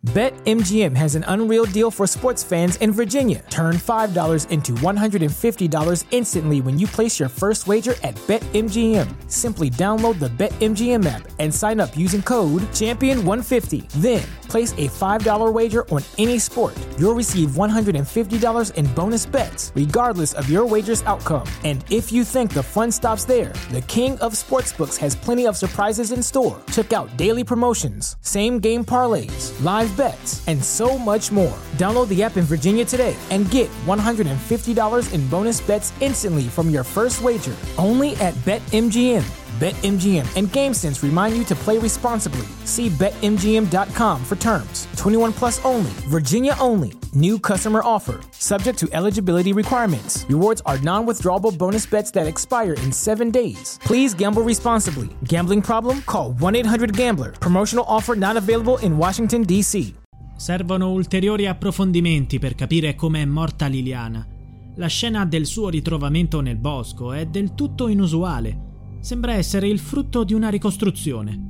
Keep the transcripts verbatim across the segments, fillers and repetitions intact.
BetMGM has an unreal deal for sports fans in Virginia. Turn five dollars into one hundred fifty dollars instantly when you place your first wager at BetMGM. Simply download the BetMGM app and sign up using code champion one fifty. Then, place a five dollars wager on any sport. You'll receive one hundred fifty dollars in bonus bets, regardless of your wager's outcome. And if you think the fun stops there, the King of Sportsbooks has plenty of surprises in store. Check out daily promotions, same-game parlays, live bets, and so much more. Download the app in Virginia today and get one hundred fifty dollars in bonus bets instantly from your first wager. Only at BetMGM. BetMGM and GameSense remind you to play responsibly. See Bet M G M dot com for terms. twenty-one plus only. Virginia only. New customer offer. Subject to eligibility requirements. Rewards are non-withdrawable bonus bets that expire in seven days. Please gamble responsibly. Gambling problem? Call one eight hundred gambler. Promotional offer not available in Washington, D C. Servono ulteriori approfondimenti per capire come è morta Liliana. La scena del suo ritrovamento nel bosco è del tutto inusuale. Sembra essere il frutto di una ricostruzione.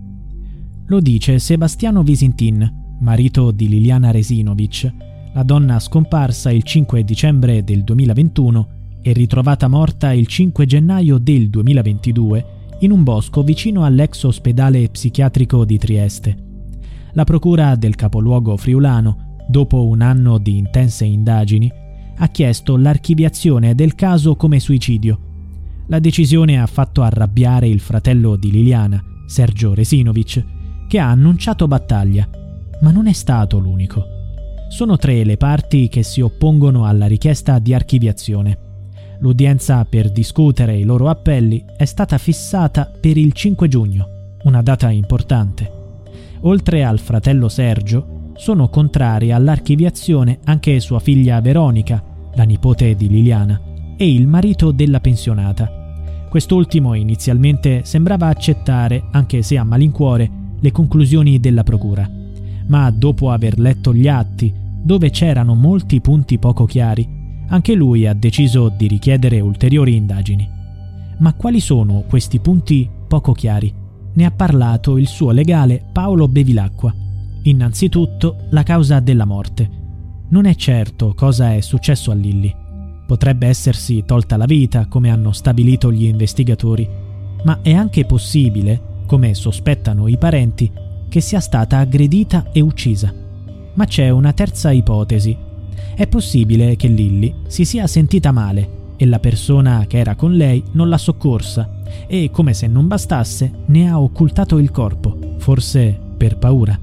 Lo dice Sebastiano Visintin, marito di Liliana Resinovic, la donna scomparsa il cinque dicembre del duemilaventuno e ritrovata morta il cinque gennaio del duemilaventidue in un bosco vicino all'ex ospedale psichiatrico di Trieste. La procura del capoluogo friulano, dopo un anno di intense indagini, ha chiesto l'archiviazione del caso come suicidio. La decisione ha fatto arrabbiare il fratello di Liliana, Sergio Resinovic, che ha annunciato battaglia, ma non è stato l'unico. Sono tre le parti che si oppongono alla richiesta di archiviazione. L'udienza per discutere i loro appelli è stata fissata per il cinque giugno, una data importante. Oltre al fratello Sergio, sono contrari all'archiviazione anche sua figlia Veronica, la nipote di Liliana, e il marito della pensionata. Quest'ultimo inizialmente sembrava accettare, anche se a malincuore, le conclusioni della procura. Ma dopo aver letto gli atti, dove c'erano molti punti poco chiari, anche lui ha deciso di richiedere ulteriori indagini. Ma quali sono questi punti poco chiari? Ne ha parlato il suo legale Paolo Bevilacqua. Innanzitutto, la causa della morte. Non è certo cosa è successo a Lilly. Potrebbe essersi tolta la vita, come hanno stabilito gli investigatori, ma è anche possibile, come sospettano i parenti, che sia stata aggredita e uccisa. Ma c'è una terza ipotesi. È possibile che Lilly si sia sentita male e la persona che era con lei non l'ha soccorsa e, come se non bastasse, ne ha occultato il corpo, forse per paura.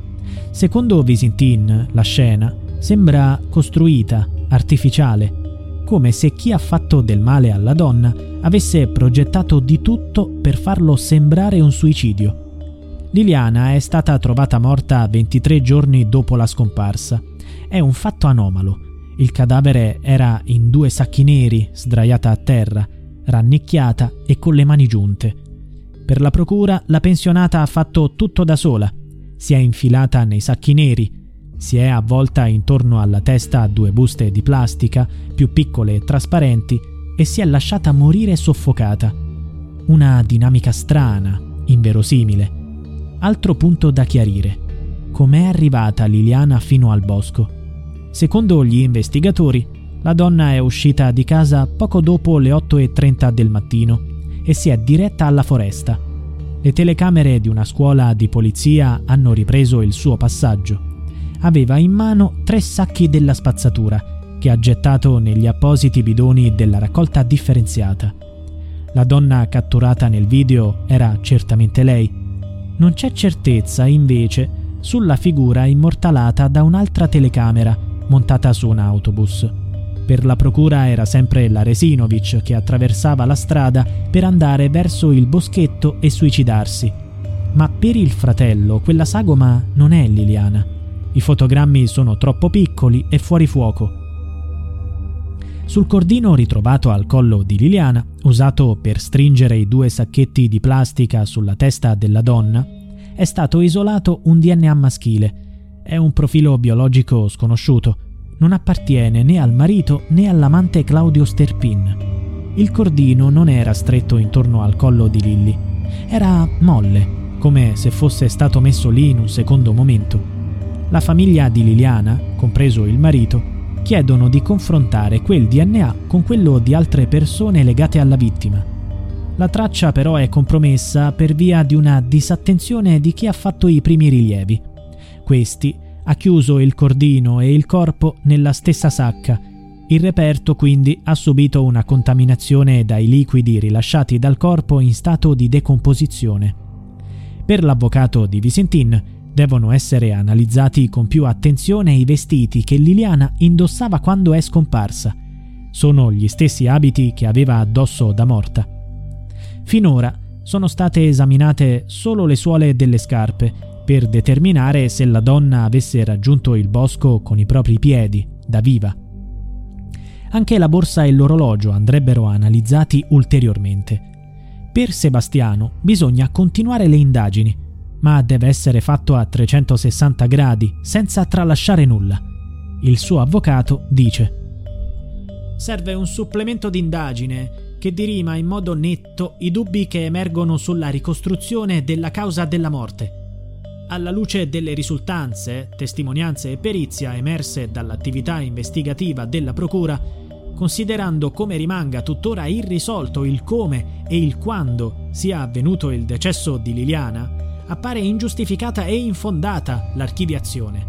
Secondo Visintin, la scena sembra costruita, artificiale, come se chi ha fatto del male alla donna avesse progettato di tutto per farlo sembrare un suicidio. Liliana è stata trovata morta ventitré giorni dopo la scomparsa. È un fatto anomalo. Il cadavere era in due sacchi neri, sdraiata a terra, rannicchiata e con le mani giunte. Per la procura, la pensionata ha fatto tutto da sola. Si è infilata nei sacchi neri, si è avvolta intorno alla testa due buste di plastica, più piccole e trasparenti, e si è lasciata morire soffocata. Una dinamica strana, inverosimile. Altro punto da chiarire. Com'è arrivata Liliana fino al bosco? Secondo gli investigatori, la donna è uscita di casa poco dopo le otto e trenta del mattino e si è diretta alla foresta. Le telecamere di una scuola di polizia hanno ripreso il suo passaggio. Aveva in mano tre sacchi della spazzatura che ha gettato negli appositi bidoni della raccolta differenziata. La donna catturata nel video era certamente lei. Non c'è certezza, invece, sulla figura immortalata da un'altra telecamera montata su un autobus. Per la procura era sempre la Resinovic che attraversava la strada per andare verso il boschetto e suicidarsi. Ma per il fratello quella sagoma non è Liliana. I fotogrammi sono troppo piccoli e fuori fuoco. Sul cordino ritrovato al collo di Liliana, usato per stringere i due sacchetti di plastica sulla testa della donna, è stato isolato un D N A maschile. È un profilo biologico sconosciuto. Non appartiene né al marito né all'amante Claudio Sterpin. Il cordino non era stretto intorno al collo di Lilly. Era molle, come se fosse stato messo lì in un secondo momento. La famiglia di Liliana, compreso il marito, chiedono di confrontare quel D N A con quello di altre persone legate alla vittima. La traccia però è compromessa per via di una disattenzione di chi ha fatto i primi rilievi. Questi ha chiuso il cordino e il corpo nella stessa sacca. Il reperto quindi ha subito una contaminazione dai liquidi rilasciati dal corpo in stato di decomposizione. Per l'avvocato di Visintin devono essere analizzati con più attenzione i vestiti che Liliana indossava quando è scomparsa. Sono gli stessi abiti che aveva addosso da morta. Finora sono state esaminate solo le suole delle scarpe per determinare se la donna avesse raggiunto il bosco con i propri piedi, da viva. Anche la borsa e l'orologio andrebbero analizzati ulteriormente. Per Sebastiano bisogna continuare le indagini, ma deve essere fatto a trecentosessanta gradi, senza tralasciare nulla. Il suo avvocato dice: serve un supplemento d'indagine che dirima in modo netto i dubbi che emergono sulla ricostruzione della causa della morte. Alla luce delle risultanze, testimonianze e perizia emerse dall'attività investigativa della Procura, considerando come rimanga tuttora irrisolto il come e il quando sia avvenuto il decesso di Liliana, appare ingiustificata e infondata l'archiviazione.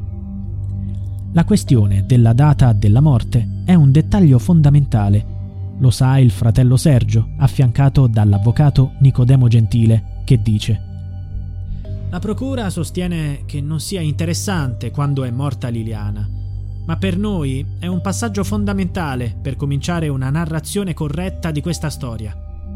La questione della data della morte è un dettaglio fondamentale. Lo sa il fratello Sergio, affiancato dall'avvocato Nicodemo Gentile, che dice: la procura sostiene che non sia interessante quando è morta Liliana, ma per noi è un passaggio fondamentale per cominciare una narrazione corretta di questa storia.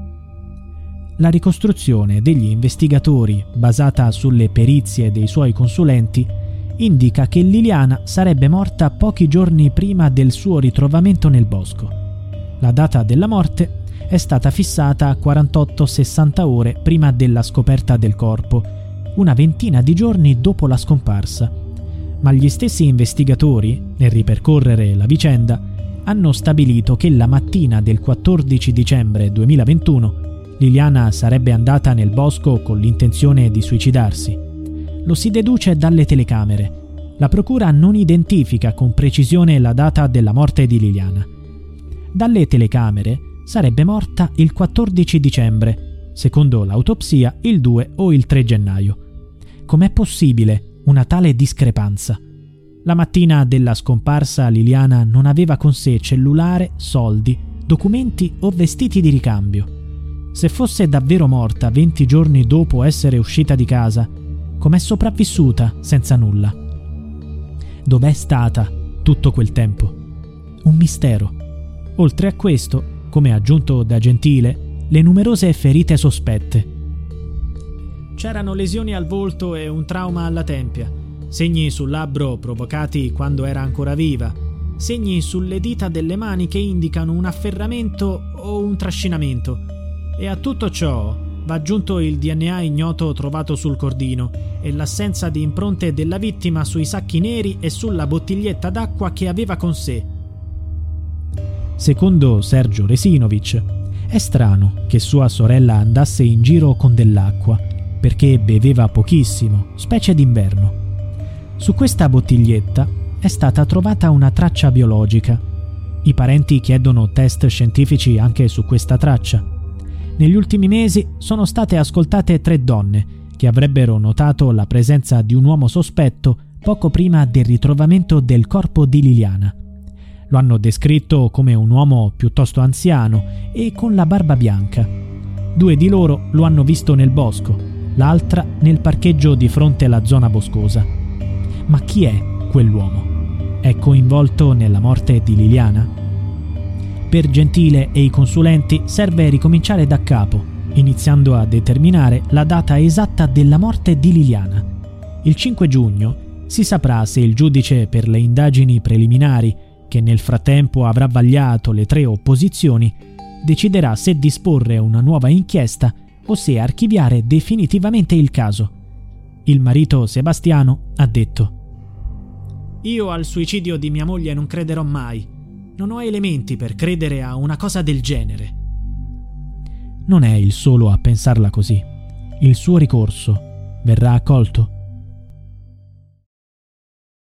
La ricostruzione degli investigatori, basata sulle perizie dei suoi consulenti, indica che Liliana sarebbe morta pochi giorni prima del suo ritrovamento nel bosco. La data della morte è stata fissata a quarantotto sessanta ore prima della scoperta del corpo, una ventina di giorni dopo la scomparsa. Ma gli stessi investigatori, nel ripercorrere la vicenda, hanno stabilito che la mattina del quattordici dicembre duemilaventuno Liliana sarebbe andata nel bosco con l'intenzione di suicidarsi. Lo si deduce dalle telecamere. La procura non identifica con precisione la data della morte di Liliana. Dalle telecamere sarebbe morta il quattordici dicembre, secondo l'autopsia il due o il tre gennaio. Com'è possibile una tale discrepanza? La mattina della scomparsa Liliana non aveva con sé cellulare, soldi, documenti o vestiti di ricambio. Se fosse davvero morta venti giorni dopo essere uscita di casa, com'è sopravvissuta senza nulla? Dov'è stata tutto quel tempo? Un mistero. Oltre a questo, come aggiunto da Gentile, le numerose ferite sospette. C'erano lesioni al volto e un trauma alla tempia, segni sul labbro provocati quando era ancora viva, segni sulle dita delle mani che indicano un afferramento o un trascinamento. E a tutto ciò va aggiunto il D N A ignoto trovato sul cordino e l'assenza di impronte della vittima sui sacchi neri e sulla bottiglietta d'acqua che aveva con sé. Secondo Sergio Resinovic, è strano che sua sorella andasse in giro con dell'acqua, perché beveva pochissimo, specie d'inverno. Su questa bottiglietta è stata trovata una traccia biologica. I parenti chiedono test scientifici anche su questa traccia. Negli ultimi mesi sono state ascoltate tre donne che avrebbero notato la presenza di un uomo sospetto poco prima del ritrovamento del corpo di Liliana. Lo hanno descritto come un uomo piuttosto anziano e con la barba bianca. Due di loro lo hanno visto nel bosco, l'altra nel parcheggio di fronte alla zona boscosa. Ma chi è quell'uomo? È coinvolto nella morte di Liliana? Per Gentile e i consulenti serve ricominciare da capo, iniziando a determinare la data esatta della morte di Liliana. Il cinque giugno si saprà se il giudice per le indagini preliminari, che nel frattempo avrà vagliato le tre opposizioni, deciderà se disporre una nuova inchiesta o se archiviare definitivamente il caso. Il marito Sebastiano ha detto: io al suicidio di mia moglie non crederò mai. Non ho elementi per credere a una cosa del genere. Non è il solo a pensarla così. Il suo ricorso verrà accolto?